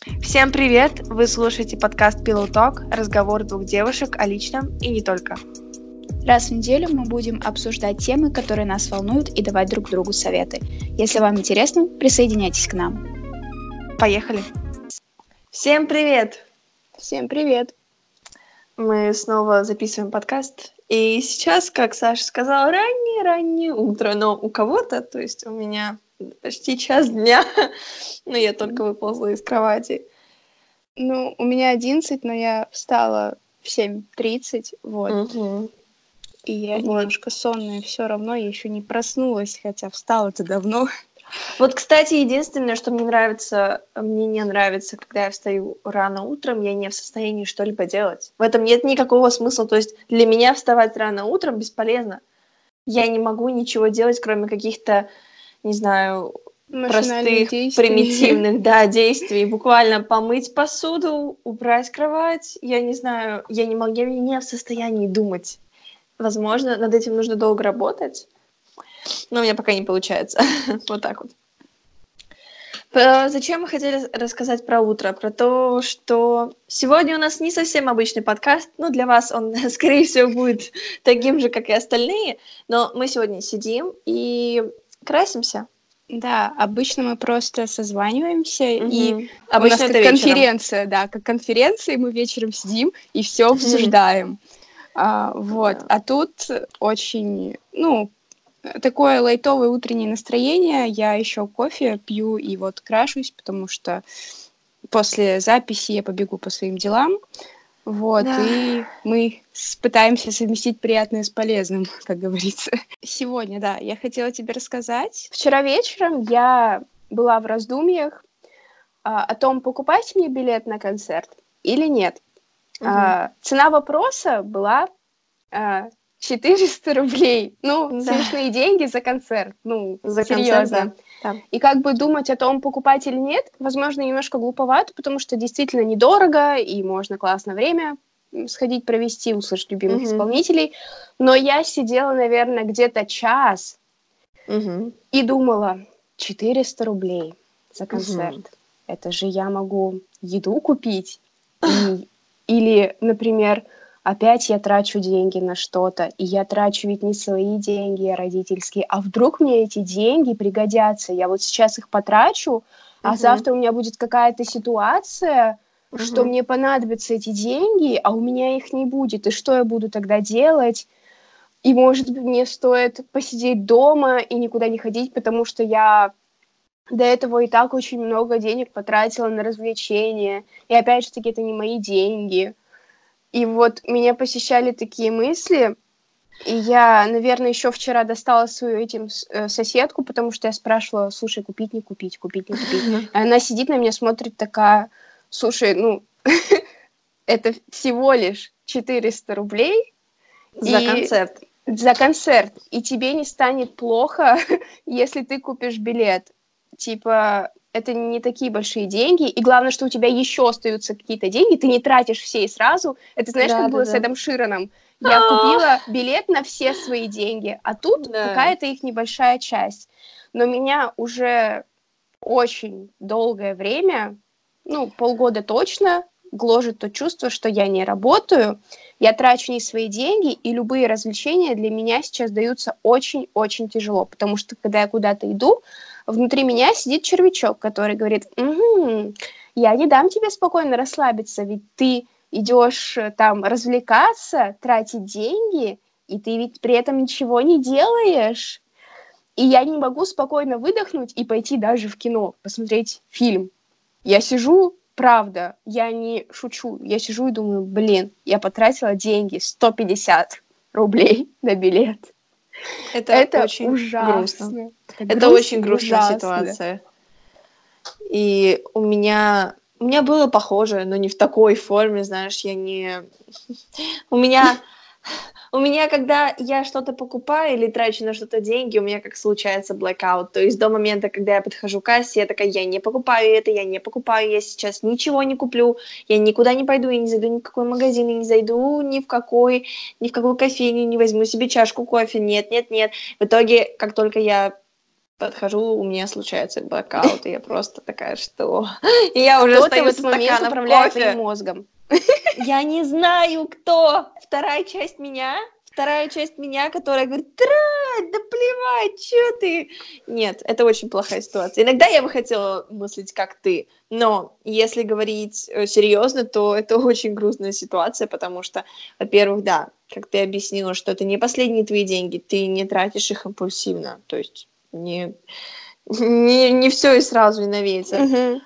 Всем привет! Вы слушаете подкаст Pillow Talk, разговор двух девушек о личном и не только. Раз в неделю мы будем обсуждать темы, которые нас волнуют, и давать друг другу советы. Если вам интересно, присоединяйтесь к нам. Поехали! Всем привет! Всем привет! Мы снова записываем подкаст, и сейчас, как Саша сказала, раннее утро, но у кого-то, то есть у меня почти час дня, но я только выползла из кровати. Ну, у меня 11, но я встала в 7:30, вот. Угу. И я немножко сонная, все равно я еще не проснулась, хотя встала-то давно. Вот, кстати, единственное, что мне не нравится, когда я встаю рано утром, я не в состоянии что-либо делать. В этом нет никакого смысла. То есть для меня вставать рано утром бесполезно. Я не могу ничего делать, кроме каких-то, не знаю, простых, примитивных, действий. Буквально помыть посуду, убрать кровать. Я не знаю, я не в состоянии думать. Возможно, над этим нужно долго работать, но у меня пока не получается. Вот так вот. Зачем мы хотели рассказать про утро? Про то, что сегодня у нас не совсем обычный подкаст, но для вас он, скорее всего, будет таким же, как и остальные, но мы сегодня сидим и красимся. Да, обычно мы просто созваниваемся, и обычно у нас как конференция, да, как конференция, и мы вечером сидим и все обсуждаем. Вот, а тут очень, такое лайтовое утреннее настроение. Я еще кофе пью и вот крашусь, потому что после записи я побегу по своим делам. Вот, да. И мы пытаемся совместить приятное с полезным, как говорится. Сегодня, да, я хотела тебе рассказать. Вчера вечером я была в раздумьях о том, покупать мне билет на концерт или нет. Цена вопроса была 400 рублей. Смешные деньги за концерт. За серьезно. Концерт, да. И как бы думать о том, покупать или нет, возможно, немножко глуповато, потому что действительно недорого, и можно классное время сходить провести, услышать любимых исполнителей. Но я сидела, наверное, где-то час и думала, 400 рублей за концерт. Это же я могу еду купить. Или, например, опять я трачу деньги на что-то, и я трачу ведь не свои деньги, а родительские. А вдруг мне эти деньги пригодятся? Я вот сейчас их потрачу, а завтра у меня будет какая-то ситуация, что мне понадобятся эти деньги, а у меня их не будет. И что я буду тогда делать? И, может быть, мне стоит посидеть дома и никуда не ходить, потому что я до этого и так очень много денег потратила на развлечения. И опять же таки, это не мои деньги. И вот меня посещали такие мысли, и я, наверное, еще вчера достала свою соседку, потому что я спрашивала, слушай, купить, не купить, купить, не купить. И она сидит на меня, смотрит такая, слушай, это всего лишь 400 рублей. За концерт. За концерт. И тебе не станет плохо, если ты купишь билет. Типа, это не такие большие деньги, и главное, что у тебя еще остаются какие-то деньги, ты не тратишь все и сразу. Это знаешь, как было с Эдом Шираном. Я купила билет на все свои деньги, а тут какая-то их небольшая часть. Но меня уже очень долгое время, полгода точно, гложет то чувство, что я не работаю, я трачу не свои деньги, и любые развлечения для меня сейчас даются очень-очень тяжело, потому что, когда я куда-то иду, внутри меня сидит червячок, который говорит, я не дам тебе спокойно расслабиться, ведь ты идешь там развлекаться, тратить деньги, и ты ведь при этом ничего не делаешь. И я не могу спокойно выдохнуть и пойти даже в кино, посмотреть фильм. Я сижу, правда, я не шучу, я сижу и думаю, я потратила деньги, 150 рублей на билет. Это очень ужасно. Грустно. Это очень грустная ситуация. И у меня было похоже, но не в такой форме, знаешь, У меня, когда я что-то покупаю или трачу на что-то деньги, у меня как случается blackout. То есть до момента, когда я подхожу к кассе, я такая, я не покупаю это, я сейчас ничего не куплю, я никуда не пойду, я не зайду ни в какой магазин, я не зайду ни в какую кофейню, не возьму себе чашку кофе, нет. В итоге, как только я подхожу, у меня случается блокаут, и я просто такая, что? И я уже Кто-то в стою с этот момент стаканом управляет кофе. твоим мозгом. Я не знаю, кто. Вторая часть меня, которая говорит, трать, да плевать, чё ты? Нет, это очень плохая ситуация. Иногда я бы хотела мыслить, как ты, но если говорить серьезно, то это очень грустная ситуация, потому что, во-первых, да, как ты объяснила, что это не последние твои деньги, ты не тратишь их импульсивно, то есть не все и сразу, и на ветер.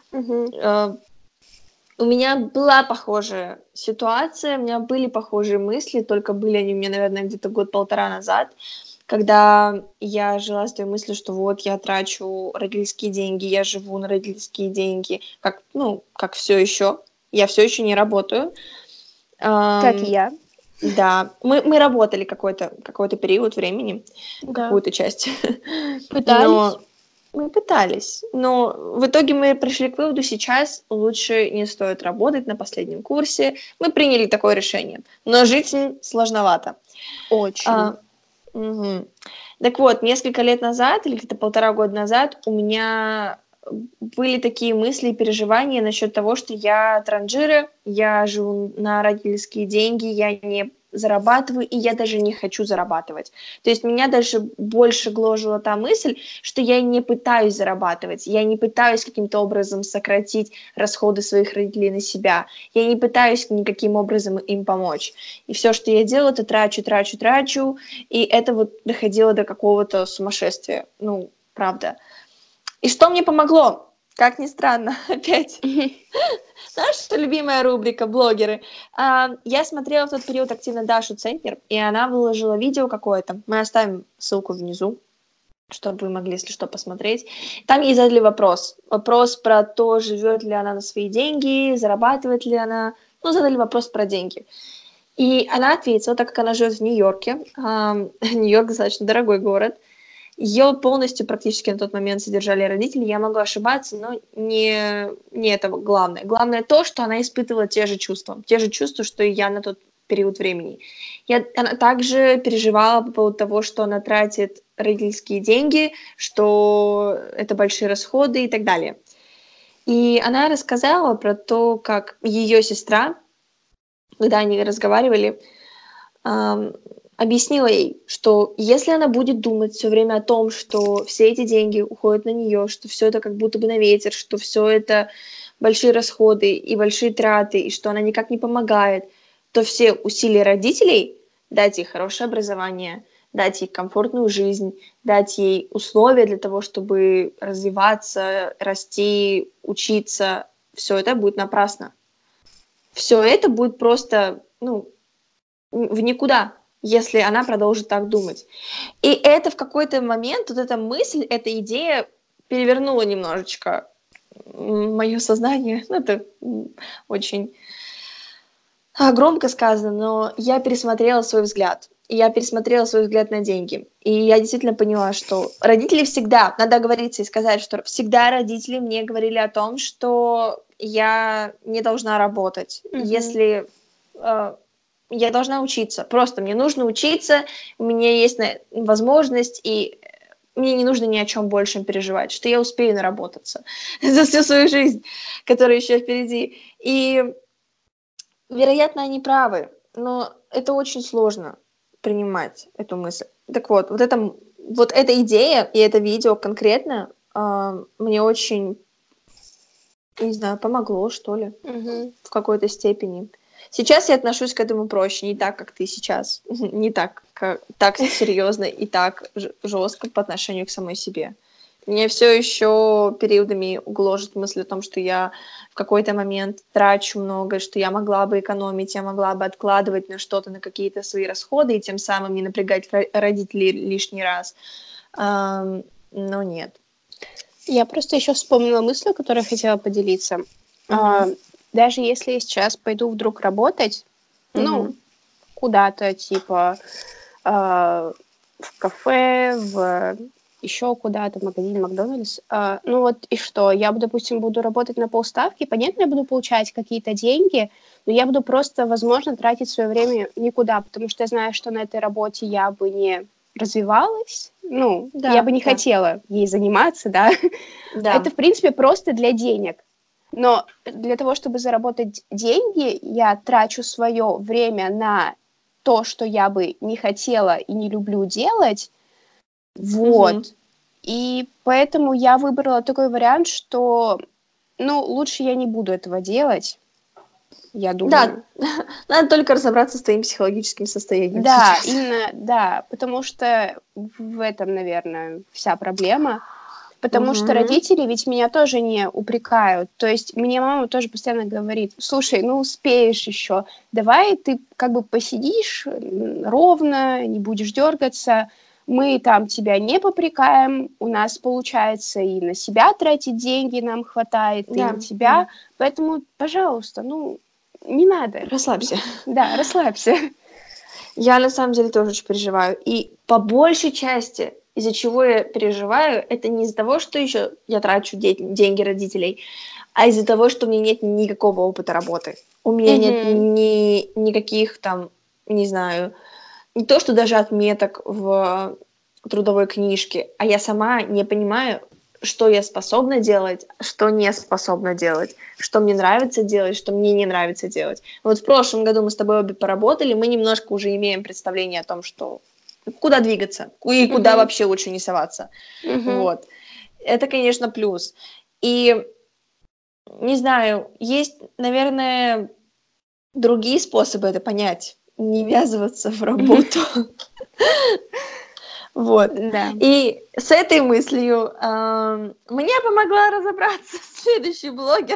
У меня была похожая ситуация, у меня были похожие мысли, только были они у меня, наверное, где-то год-полтора назад, когда я жила с той мыслью, что вот я трачу родительские деньги, я живу на родительские деньги, как все еще, я все еще не работаю. Как и я. Да, мы работали какой-то период времени, какую-то часть. Пытались. Мы пытались, но в итоге мы пришли к выводу, сейчас лучше не стоит работать на последнем курсе. Мы приняли такое решение, но жизнь сложновато. Очень. Угу. Так вот, несколько лет назад, или где-то 1,5 года назад, у меня были такие мысли и переживания насчет того, что я транжира, я живу на родительские деньги, я не зарабатываю, и я даже не хочу зарабатывать. То есть меня даже больше гложила та мысль, что я не пытаюсь зарабатывать, я не пытаюсь каким-то образом сократить расходы своих родителей на себя, я не пытаюсь никаким образом им помочь. И все, что я делаю, это трачу, и это вот доходило до какого-то сумасшествия, правда. И что мне помогло? Как ни странно, опять. Наша любимая рубрика «Блогеры». Я смотрела в тот период активно Дашу Центнер, и она выложила видео какое-то. Мы оставим ссылку внизу, чтобы вы могли, если что, посмотреть. Там ей задали вопрос. Вопрос про то, живет ли она на свои деньги, зарабатывает ли она. Задали вопрос про деньги. И она ответила, так как она живет в Нью-Йорке. Нью-Йорк достаточно дорогой город. Ее полностью практически на тот момент содержали родители. Я могу ошибаться, но не это главное. Главное то, что она испытывала те же чувства, что и я на тот период времени. Она также переживала по поводу того, что она тратит родительские деньги, что это большие расходы и так далее. И она рассказала про то, как ее сестра, когда они разговаривали, объяснила ей, что если она будет думать все время о том, что все эти деньги уходят на нее, что все это как будто бы на ветер, что все это большие расходы и большие траты, и что она никак не помогает, то все усилия родителей дать ей хорошее образование, дать ей комфортную жизнь, дать ей условия для того, чтобы развиваться, расти, учиться, все это будет напрасно. Все это будет просто, в никуда, если она продолжит так думать. И это в какой-то момент, вот эта мысль, эта идея перевернула немножечко мое сознание. Это очень громко сказано, но я пересмотрела свой взгляд. Я пересмотрела свой взгляд на деньги. И я действительно поняла, что родители всегда, надо оговориться и сказать, что всегда родители мне говорили о том, что я не должна работать. Если я должна учиться. Просто мне нужно учиться, у меня есть возможность, и мне не нужно ни о чем большем переживать, что я успею наработаться за всю свою жизнь, которая еще впереди. И, вероятно, они правы, но это очень сложно принимать эту мысль. Так вот эта идея и это видео конкретно мне очень, не знаю, помогло, что ли, в какой-то степени. Сейчас я отношусь к этому проще, не так, как ты сейчас, не так серьезно и так жестко по отношению к самой себе. Меня все еще периодами гложет мысль о том, что я в какой-то момент трачу много, что я могла бы экономить, я могла бы откладывать на что-то, на какие-то свои расходы, и тем самым не напрягать родителей лишний раз. Но нет. Я просто еще вспомнила мысль, которой хотела поделиться. Даже если я сейчас пойду вдруг работать, куда-то, типа в кафе, в еще куда-то, в магазин, Макдональдс, и что? Я, допустим, буду работать на полставки, понятно, я буду получать какие-то деньги, но я буду просто, возможно, тратить свое время никуда, потому что я знаю, что на этой работе я бы не развивалась, ну, Да, я бы не да. хотела ей заниматься, да, Да. это, в принципе, просто для денег. Но для того, чтобы заработать деньги, я трачу свое время на то, что я бы не хотела и не люблю делать, Мгм. вот. И поэтому я выбрала такой вариант, что, ну, лучше я не буду этого делать, я Да, думаю. надо только разобраться с твоим психологическим состоянием Да, сейчас. именно, да, потому что в этом, наверное, вся проблема. Потому что Мгм. родители ведь меня тоже не упрекают. То есть мне мама тоже постоянно говорит: слушай, ну успеешь еще, давай ты как бы посидишь ровно, не будешь дергаться, мы там тебя не попрекаем, у нас получается и на себя тратить деньги нам хватает, и Да, на да. тебя, поэтому, пожалуйста, ну, не надо. Расслабься. Да, расслабься. Я на самом деле тоже очень переживаю. И по большей части, из-за чего я переживаю, это не из-за того, что еще я трачу деньги родителей, а из-за того, что у меня нет никакого опыта работы. У меня нет Мгм. никаких там, не знаю, не то, что даже отметок в трудовой книжке, а я сама не понимаю, что я способна делать, что не способна делать, что мне нравится делать, что мне не нравится делать. Вот в прошлом году мы с тобой обе поработали, мы немножко уже имеем представление о том, что куда двигаться и куда Мгм. вообще лучше не соваться. Мгм. Вот. Это, конечно, плюс. И, не знаю, есть, наверное, другие способы это понять. Не ввязываться в работу. Вот. Да. И с этой мыслью мне помогла разобраться следующий блогер.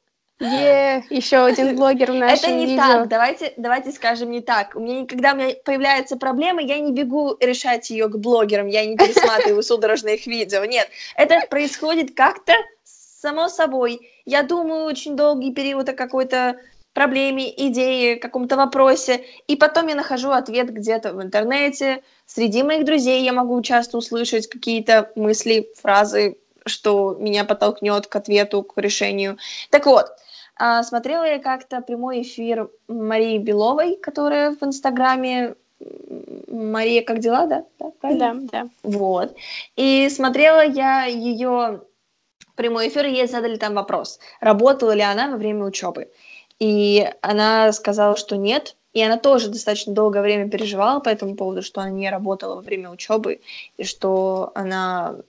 Еще один блогер в Это нашем не видео. так, давайте скажем не так. Когда у меня появляется проблема, я не бегу решать ее к блогерам, я не пересматриваю судорожно их видео. Нет, это происходит как-то само собой. Я думаю очень долгий период о какой-то проблеме, идее, каком-то вопросе, и потом я нахожу ответ где-то в интернете. Среди моих друзей я могу часто услышать какие-то мысли, фразы, что меня подтолкнет к ответу, к решению. Так вот, смотрела я как-то прямой эфир Марии Беловой, которая в Инстаграме Мария, как дела, да? Да, правильно? Да, да. Вот. И смотрела я ее прямой эфир, и ей задали там вопрос, работала ли она во время учебы. И она сказала, что нет. И она тоже достаточно долгое время переживала по этому поводу, что она не работала во время учебы, и что она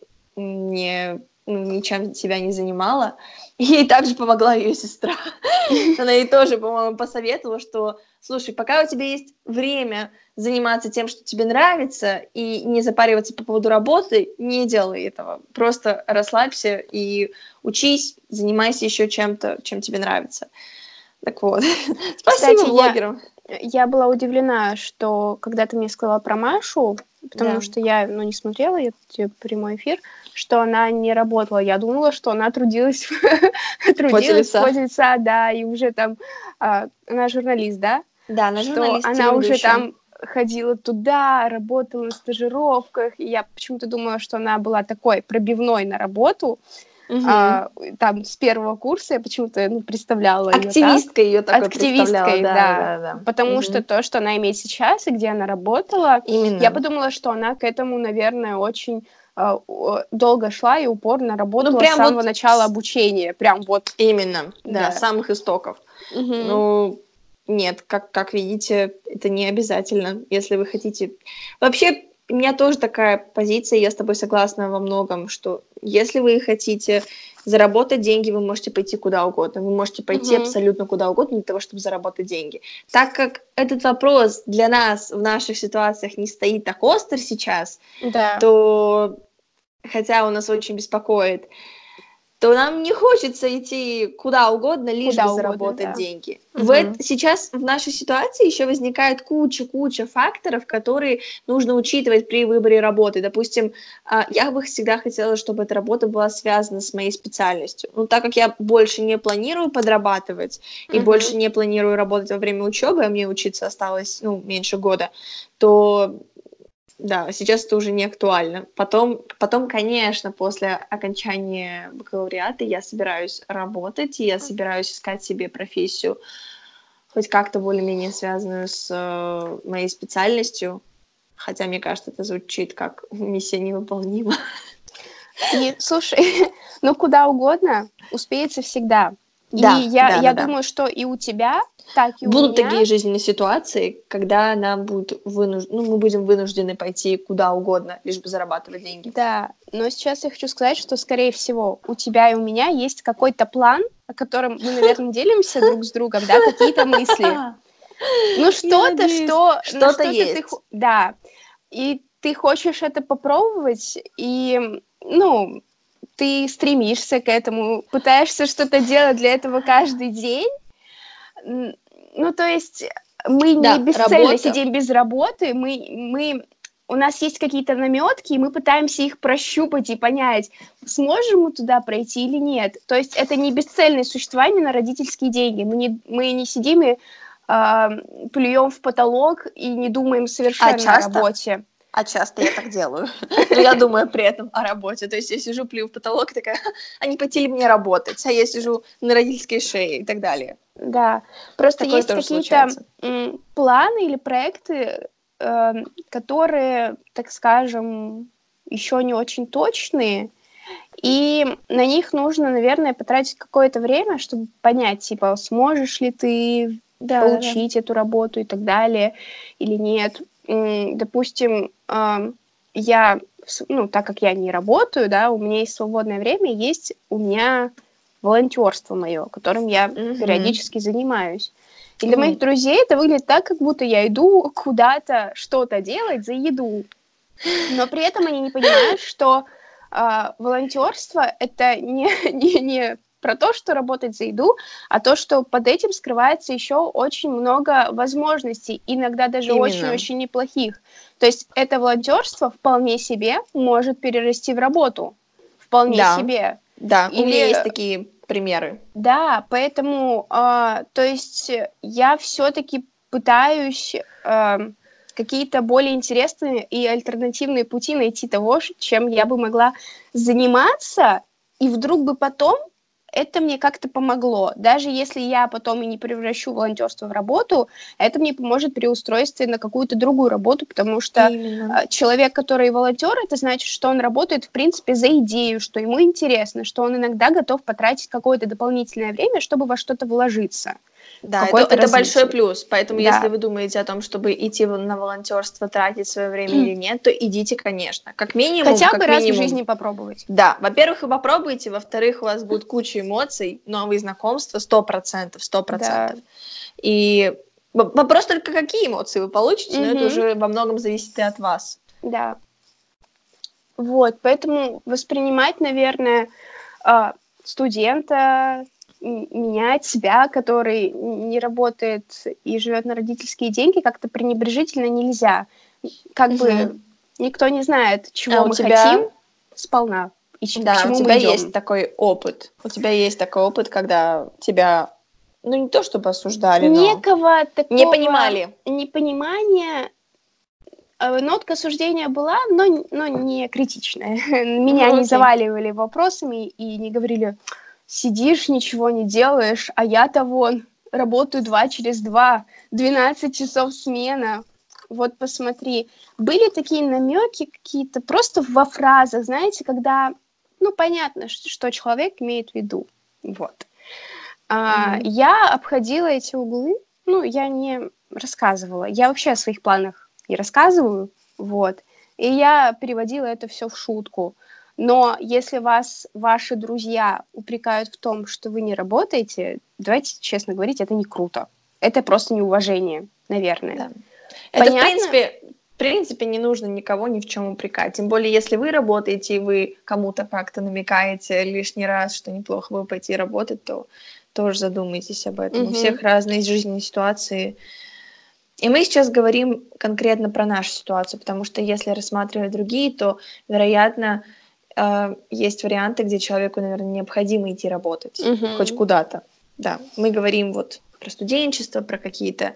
ничем себя не занимала. И ей также помогла ее сестра. Она ей тоже, по-моему, посоветовала, что, слушай, пока у тебя есть время заниматься тем, что тебе нравится, и не запариваться по поводу работы, не делай этого. Просто расслабься и учись, занимайся еще чем-то, чем тебе нравится. Так вот, спасибо Кстати, блогерам. я была удивлена, что когда ты мне сказала про Машу, потому Да, что я, ну, не смотрела этот прямой эфир, что она не работала. Я думала, что она трудилась, поте трудилась в лица. поте лица, да, и уже там, она журналист, да, Да, она что журналист, она уже телеведущая. там ходила туда, работала на стажировках, и я почему-то думала, что она была такой пробивной на работу, Мгм. там с первого курса я почему-то представляла ее так, Активисткой ее такой представляла, активисткой, да, да, да, да. потому что Мгм. то, что она имеет сейчас и где она работала, я Именно. подумала, что она к этому, наверное, очень долго шла и упорно Ну, работала с прям самого вот начала обучения, прям вот, именно, да, с да. самых истоков. Мгм. Ну, нет, как видите, это не обязательно, если вы хотите. Вообще, у меня тоже такая позиция, я с тобой согласна во многом, что если вы хотите заработать деньги, вы можете пойти куда угодно, вы можете пойти Мгм. абсолютно куда угодно для того, чтобы заработать деньги. Так как этот вопрос для нас в наших ситуациях не стоит так остро сейчас, Да, то, хотя он нас очень беспокоит, то нам не хочется идти куда угодно, лишь бы куда угодно, заработать да. деньги. Мгм. Сейчас в нашей ситуации еще возникает куча факторов, которые нужно учитывать при выборе работы. Допустим, я бы всегда хотела, чтобы эта работа была связана с моей специальностью. Но так как я больше не планирую подрабатывать и больше Мгм. не планирую работать во время учебы, а мне учиться осталось, меньше года, то да, сейчас это уже не актуально. Потом, конечно, после окончания бакалавриата я собираюсь работать, и я собираюсь искать себе профессию, хоть как-то более-менее связанную с моей специальностью. Хотя, мне кажется, это звучит как миссия невыполнима. И, слушай, ну куда угодно успеется всегда. И Да, я думаю, что и у тебя, так и у Будут меня. такие жизненные ситуации, когда нам будут мы будем вынуждены пойти куда угодно, лишь бы зарабатывать деньги. Да, но сейчас я хочу сказать, что, скорее всего, у тебя и у меня есть какой-то план, о котором мы, наверное, делимся друг с другом, да, какие-то мысли. Ну, что-то, Что-то есть. Да, и ты хочешь это попробовать, и, ну, ты стремишься к этому, пытаешься что-то делать для этого каждый день. Ну, то есть мы не Да, бесцельно работа. сидим без работы, у нас есть какие-то наметки, и мы пытаемся их прощупать и понять, сможем мы туда пройти или нет. То есть это не бесцельное существование на родительские деньги. Мы не сидим и плюем в потолок и не думаем совершенно о работе. А часто я так делаю. Но я думаю при этом о работе. То есть я сижу, плюю в потолок, такая, а не пойти ли мне работать? А я сижу на родительской шее и так далее. Да, просто Такое есть тоже какие-то случается. планы или проекты, которые, так скажем, еще не очень точные, и на них нужно, наверное, потратить какое-то время, чтобы понять, типа, сможешь ли ты получить эту работу и так далее, или нет. Допустим, я, ну, так как я не работаю, да, у меня есть свободное время, есть у меня волонтерство мое, которым я периодически занимаюсь. И для моих друзей это выглядит так, как будто я иду куда-то что-то делать за еду. Но при этом они не понимают, что волонтерство это не про то, что работать за еду, а то, что под этим скрывается еще очень много возможностей, иногда даже очень-очень неплохих. То есть это волонтерство вполне себе может перерасти в работу. Вполне себе. Да, Или... у меня есть такие примеры. Да, поэтому, то есть я все-таки пытаюсь какие-то более интересные и альтернативные пути найти того, чем я бы могла заниматься, и вдруг бы потом это мне как-то помогло. Даже если я потом и не превращу волонтерство в работу, это мне поможет при устройстве на какую-то другую работу, потому что человек, который волонтер, это значит, что он работает, в принципе, за идею, что ему интересно, что он иногда готов потратить какое-то дополнительное время, чтобы во что-то вложиться. Да, это большой плюс. Поэтому, если вы думаете о том, чтобы идти на волонтерство, тратить свое время или нет, то идите, конечно. Как минимум. Хотя бы раз в жизни попробовать. Да, во-первых, вы попробуйте, во-вторых, у вас будет куча эмоций, новые знакомства, 100%. Да. И вопрос только, какие эмоции вы получите, но это уже во многом зависит и от вас. Да. Вот, поэтому воспринимать, наверное, студента, меня, себя, который не работает и живет на родительские деньги, как-то пренебрежительно нельзя. Как бы никто не знает, чего мы хотим сполна и к чему мы идем. Да, у тебя есть такой опыт. У тебя есть такой опыт, когда тебя, ну, не то чтобы осуждали, некого такого не понимали. Непонимания. Нотка осуждения была, но не критичная. Меня не заваливали вопросами и не говорили: сидишь, ничего не делаешь, а я-то вон работаю 2 через 2, 12 часов смена. Вот посмотри. Были такие намеки какие-то просто во фразах, знаете, когда, ну, понятно, что человек имеет в виду. Вот. Я обходила эти углы, ну, я не рассказывала. Я вообще о своих планах не рассказываю, вот. И я переводила это все в шутку. Но если вас ваши друзья упрекают в том, что вы не работаете, давайте честно говорить, это не круто. Это просто неуважение, наверное. Да. Это, в принципе, не нужно никого ни в чем упрекать. Тем более, если вы работаете, и вы кому-то как-то намекаете лишний раз, что неплохо бы пойти работать, то тоже задумайтесь об этом. У всех разные жизненные ситуации. И мы сейчас говорим конкретно про нашу ситуацию, потому что если рассматривать другие, то, вероятно, есть варианты, где человеку, наверное, необходимо идти работать, хоть куда-то. Да, мы говорим вот про студенчество, про какие-то...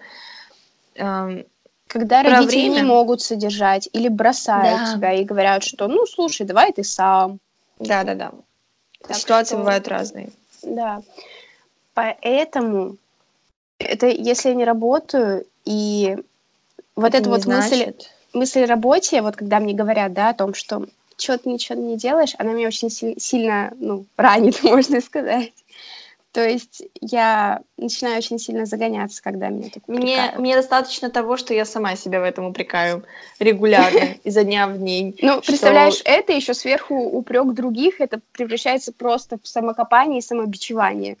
Когда родители не могут содержать или бросают тебя и говорят, что, ну, слушай, давай ты сам. Да. Ситуации бывают разные. Да. Поэтому это если я не работаю, и вот это эта не вот значит... мысль мысль о работе, вот когда мне говорят, да, о том, что что ты ничего не делаешь, она меня очень сильно, ранит, можно сказать. То есть я начинаю очень сильно загоняться, когда меня так упрекают. Мне достаточно того, что я сама себя в этом упрекаю регулярно, изо дня в день. Представляешь, это еще сверху упрек других, это превращается просто в самокопание и самобичевание.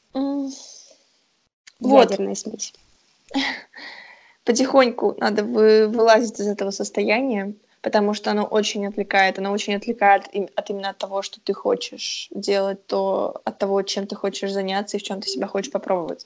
Ядерная смесь. Потихоньку надо вылазить из этого состояния, потому что оно очень отвлекает именно от того, что ты хочешь делать, от того, чем ты хочешь заняться и в чем ты себя хочешь попробовать.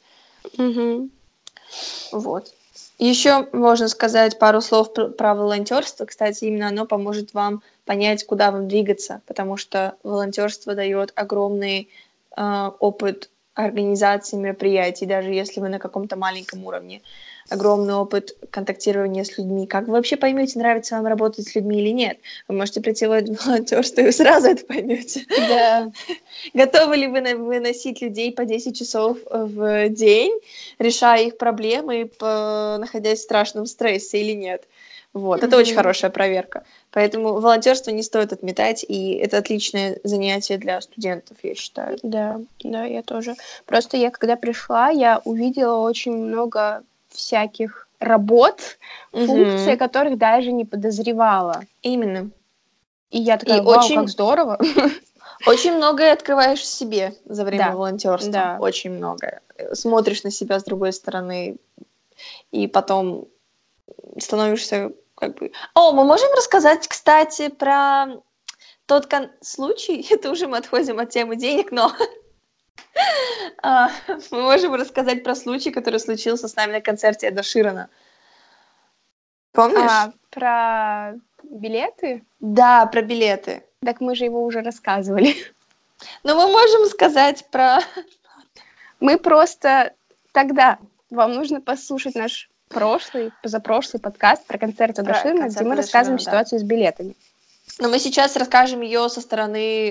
Вот. Еще можно сказать пару слов про волонтерство. Кстати, именно оно поможет вам понять, куда вам двигаться, потому что волонтерство дает огромный опыт организации мероприятий, даже если вы на каком-то маленьком уровне. Огромный опыт контактирования с людьми. Как вы вообще поймете, нравится вам работать с людьми или нет? Вы можете прийти в волонтерство, и вы сразу это поймете. Да. Готовы ли вы выносить людей по 10 часов в день, решая их проблемы, находясь в страшном стрессе или нет? Вот, это очень хорошая проверка. Поэтому волонтерство не стоит отметать, и это отличное занятие для студентов, я считаю. Да, я тоже. Просто я, когда пришла, я увидела очень много всяких работ, функций, о которых даже не подозревала. Именно. И я такая, вау, как здорово. Очень многое открываешь в себе за время волонтерства. Да. Очень многое. Смотришь на себя с другой стороны, и потом становишься мы можем рассказать, кстати, про тот случай, это уже мы отходим от темы денег, но мы можем рассказать про случай, который случился с нами на концерте Эда Ширана. Помнишь? Про билеты? Да, про билеты. Так мы же его уже рассказывали. Но мы можем сказать про... Мы просто тогда... Вам нужно послушать наш позапрошлый подкаст про концерт Эда Ширана, где мы рассказываем ситуацию с билетами. Но мы сейчас расскажем ее со стороны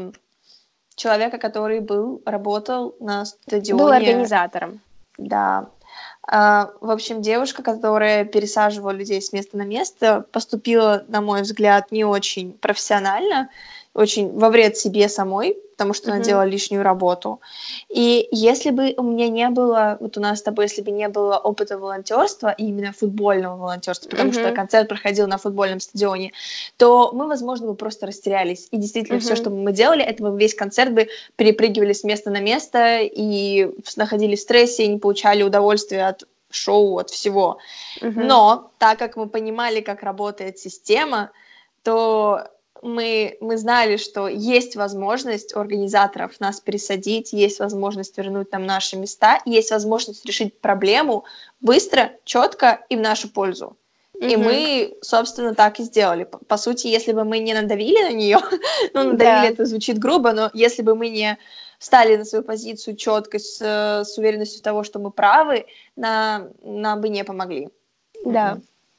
человека, который работал на стадионе. Был организатором. Да. В общем, девушка, которая пересаживала людей с места на место, поступила, на мой взгляд, не очень профессионально, очень во вред себе самой, потому что она делала лишнюю работу. И если бы у меня не было, вот у нас с тобой, если бы не было опыта волонтерства, именно футбольного волонтерства, потому что концерт проходил на футбольном стадионе, то мы, возможно, бы просто растерялись. И действительно, все, что мы делали, это мы весь концерт бы перепрыгивали с места на место и находились в стрессе и не получали удовольствия от шоу, от всего. Но так как мы понимали, как работает система, то мы знали, что есть возможность у организаторов нас пересадить, есть возможность вернуть нам наши места, есть возможность решить проблему быстро, четко и в нашу пользу. И мы, собственно, так и сделали. По сути, если бы мы не надавили на нее, надавили, это звучит грубо, но если бы мы не встали на свою позицию четко, с уверенностью того, что мы правы, нам бы не помогли. Да.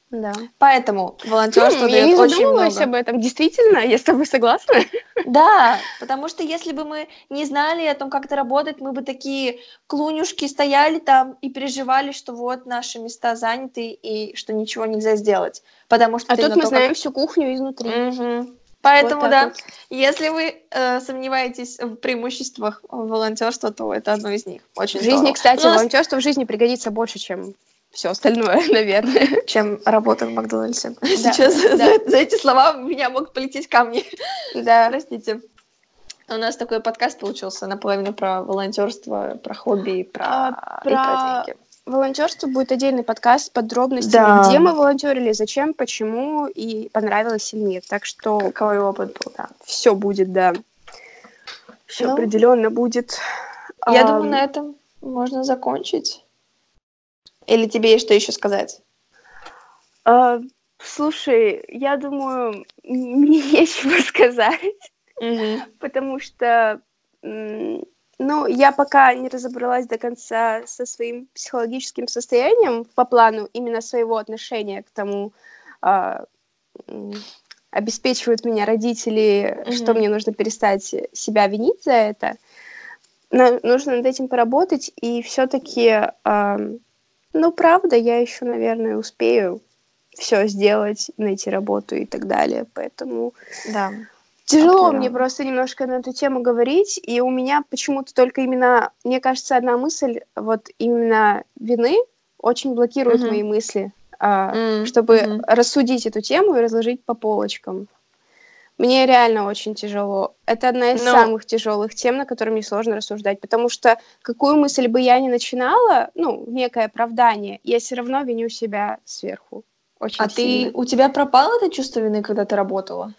Поэтому волонтерство дает очень много. Я не задумывалась об этом. Действительно, я с тобой согласна. Да, потому что если бы мы не знали о том, как это работает, мы бы такие клунюшки стояли там и переживали, что вот наши места заняты и что ничего нельзя сделать. Потому что тут мы знаем всю кухню изнутри. Поэтому, да, если вы сомневаетесь в преимуществах волонтерства, то это одно из них. Очень в жизни, кстати, волонтерство в жизни пригодится больше, чем все остальное, наверное. Чем работа в Макдональдсе. Сейчас за эти слова у меня могут полететь камни. Да. Простите. У нас такой подкаст получился наполовину про волонтерство, про хобби и про деньги. Волонтерство будет отдельный подкаст с подробностями, где мы волонтерили, зачем, почему и понравилось ли нет. Так что какой опыт был, да. Все будет, да. Все определенно будет. Я думаю, на этом можно закончить. Или тебе есть что еще сказать? Слушай, я думаю, мне нечего сказать, потому что, я пока не разобралась до конца со своим психологическим состоянием по плану именно своего отношения к тому, обеспечивают меня родители, что мне нужно перестать себя винить за это. Но нужно над этим поработать, и все-таки, правда, я еще, наверное, успею все сделать, найти работу и так далее. Поэтому Да. тяжело мне просто немножко на эту тему говорить. И у меня почему-то только именно, мне кажется, одна мысль, вот именно вины очень блокирует мои мысли, чтобы рассудить эту тему и разложить по полочкам. Мне реально очень тяжело. Это одна из самых тяжелых тем, на которые мне сложно рассуждать, потому что какую мысль бы я ни начинала, ну, некое оправдание, я все равно виню себя сверху. Очень сильно. У тебя пропало это чувство вины, когда ты работала?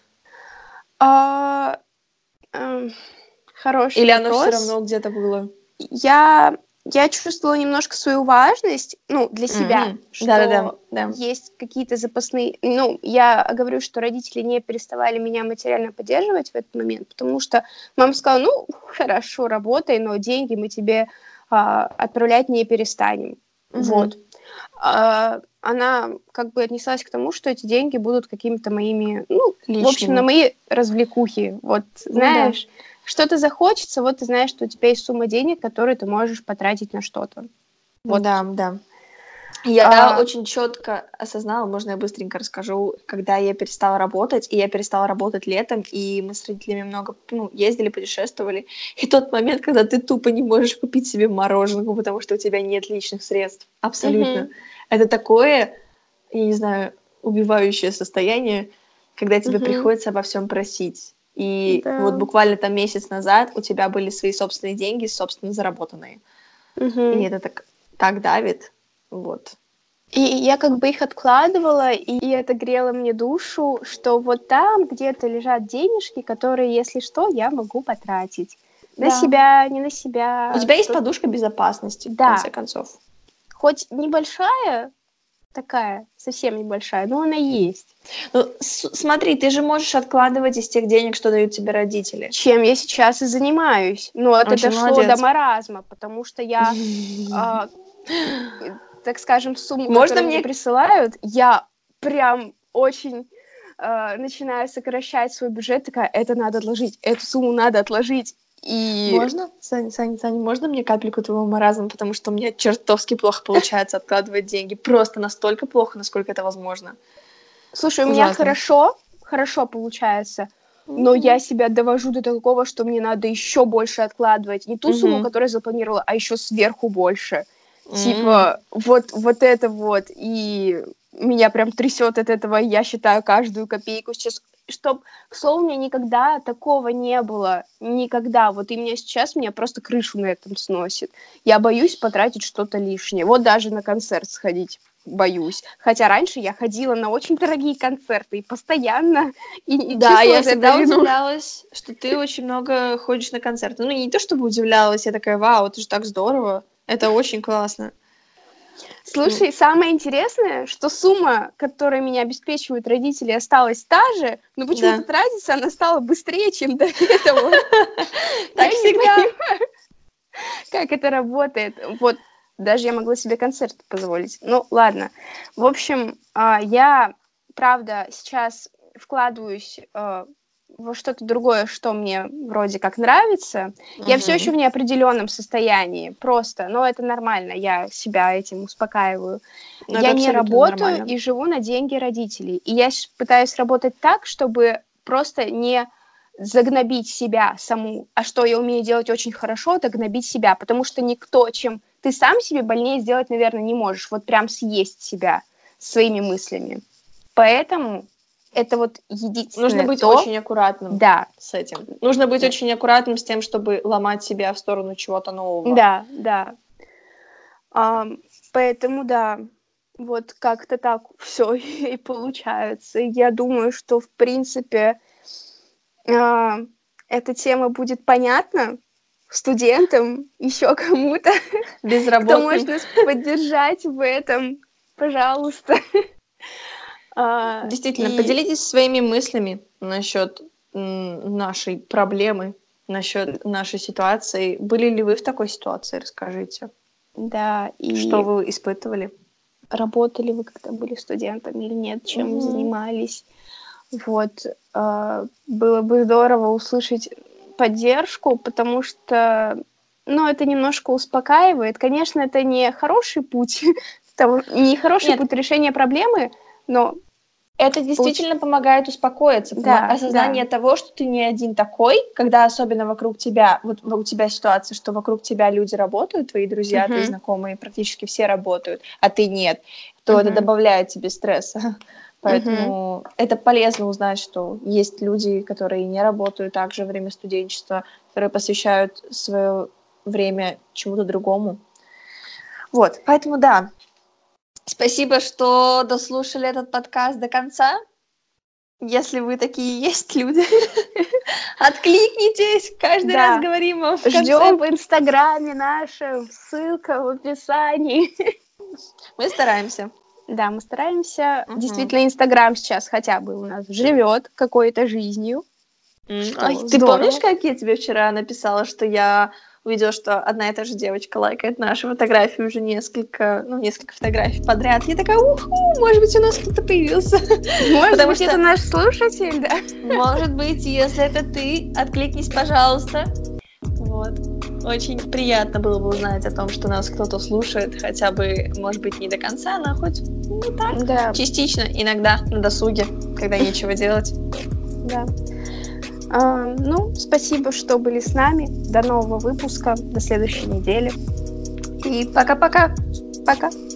Хороший Или вопрос. оно все равно где-то было? Я чувствовала немножко свою важность, ну, для себя, что есть какие-то запасные... Ну, я говорю, что родители не переставали меня материально поддерживать в этот момент, потому что мама сказала, ну, хорошо, работай, но деньги мы тебе отправлять не перестанем. Вот. Она как бы отнеслась к тому, что эти деньги будут какими-то моими, ну, личными. В общем, на мои развлекухи. Вот, знаешь... Что-то захочется, вот ты знаешь, что у тебя есть сумма денег, которую ты можешь потратить на что-то. Вот. Да. Я очень четко осознала, можно я быстренько расскажу, когда я перестала работать, и я перестала работать летом, и мы с родителями много ездили, путешествовали. И тот момент, когда ты тупо не можешь купить себе мороженое, потому что у тебя нет личных средств. Абсолютно. Это такое, я не знаю, убивающее состояние, когда тебе приходится обо всем просить. И вот буквально там месяц назад у тебя были свои собственные деньги, собственно заработанные. И это так давит. Вот. И я как бы их откладывала, и это грело мне душу, что вот там где-то лежат денежки, которые, если что, я могу потратить. На себя, не на себя. У тебя есть подушка безопасности, в конце концов. Хоть небольшая такая, совсем небольшая, но она есть. Ну, смотри, ты же можешь откладывать из тех денег, что дают тебе родители. Чем я сейчас и занимаюсь. Но это Очень дошло молодец. до маразма, потому что я, так скажем, сумму, которую мне присылают, я прям очень начинаю сокращать свой бюджет, такая, это надо отложить, эту сумму надо отложить. И... Можно, Сань, можно мне капельку твоего маразма, потому что у меня чертовски плохо получается откладывать деньги. Просто настолько плохо, насколько это возможно. Слушай, у меня хорошо получается, но я себя довожу до такого, что мне надо еще больше откладывать. Не ту сумму, которую я запланировала, а еще сверху больше. Типа, вот это вот. И меня прям трясет от этого, я считаю каждую копейку сейчас. К слову, у меня никогда такого не было. Никогда. Вот и меня сейчас просто крышу на этом сносит. Я боюсь потратить что-то лишнее. Вот даже на концерт сходить боюсь. Хотя раньше я ходила на очень дорогие концерты и постоянно. И да, я всегда удивлялась, что ты очень много ходишь на концерты. Ну, не то чтобы удивлялась, я такая, вау, это же так здорово. Это очень классно. Слушай, самое интересное, что сумма, которой меня обеспечивают родители, осталась та же, но почему-то тратиться она стала быстрее, чем до этого. Так всегда. Как это работает. Вот даже я могла себе концерт позволить. Ну, ладно. В общем, я, правда, сейчас вкладываюсь во что-то другое, что мне вроде как нравится. Я все еще в неопределенном состоянии, просто, но это нормально, я себя этим успокаиваю. Но я не работаю и живу на деньги родителей. И я пытаюсь работать так, чтобы просто не загнобить себя саму. А что я умею делать очень хорошо, это гнобить себя, потому что никто, чем ты сам себе больнее сделать, наверное, не можешь. Вот прям съесть себя своими мыслями. Поэтому это вот единственное. Нужно быть очень аккуратным с этим. Нужно быть очень аккуратным с тем, чтобы ломать себя в сторону чего-то нового. Да. Поэтому, да, вот как-то так все и получается. Я думаю, что, в принципе, эта тема будет понятна студентам, еще кому-то, кто может нас поддержать в этом, пожалуйста. Действительно, поделитесь своими мыслями насчет нашей проблемы, насчет нашей ситуации. Были ли вы в такой ситуации? Расскажите. Да, и... Что вы испытывали? Работали вы, когда были студентами или нет? Чем занимались? Вот. Было бы здорово услышать поддержку, потому что, это немножко успокаивает. Конечно, это не хороший путь, не хороший путь решения проблемы, но это действительно помогает успокоиться, осознание того, что ты не один такой, когда особенно вокруг тебя, вот у тебя ситуация, что вокруг тебя люди работают, твои друзья, твои знакомые, практически все работают, а ты нет, то это добавляет тебе стресса. Поэтому это полезно узнать, что есть люди, которые не работают также во время студенчества, которые посвящают свое время чему-то другому. Вот, поэтому да. Спасибо, что дослушали этот подкаст до конца. Если вы такие есть люди, откликнитесь. Каждый раз говорим вам в конце. Ждем в Инстаграме нашем, ссылка в описании. Мы стараемся. Да, мы стараемся. Действительно, Инстаграм сейчас хотя бы у нас живет какой-то жизнью. Ты помнишь, как я тебе вчера написала, что я увидела, что одна и та же девочка лайкает наши фотографии уже несколько фотографий подряд. Я такая, может быть, у нас кто-то появился. Может быть, это наш слушатель, да? Может быть, если это ты, откликнись, пожалуйста. Вот. Очень приятно было бы узнать о том, что нас кто-то слушает, хотя бы, может быть, не до конца, но хоть частично, иногда на досуге, когда нечего делать. Да. Спасибо, что были с нами. До нового выпуска, до следующей недели. И пока-пока. Пока.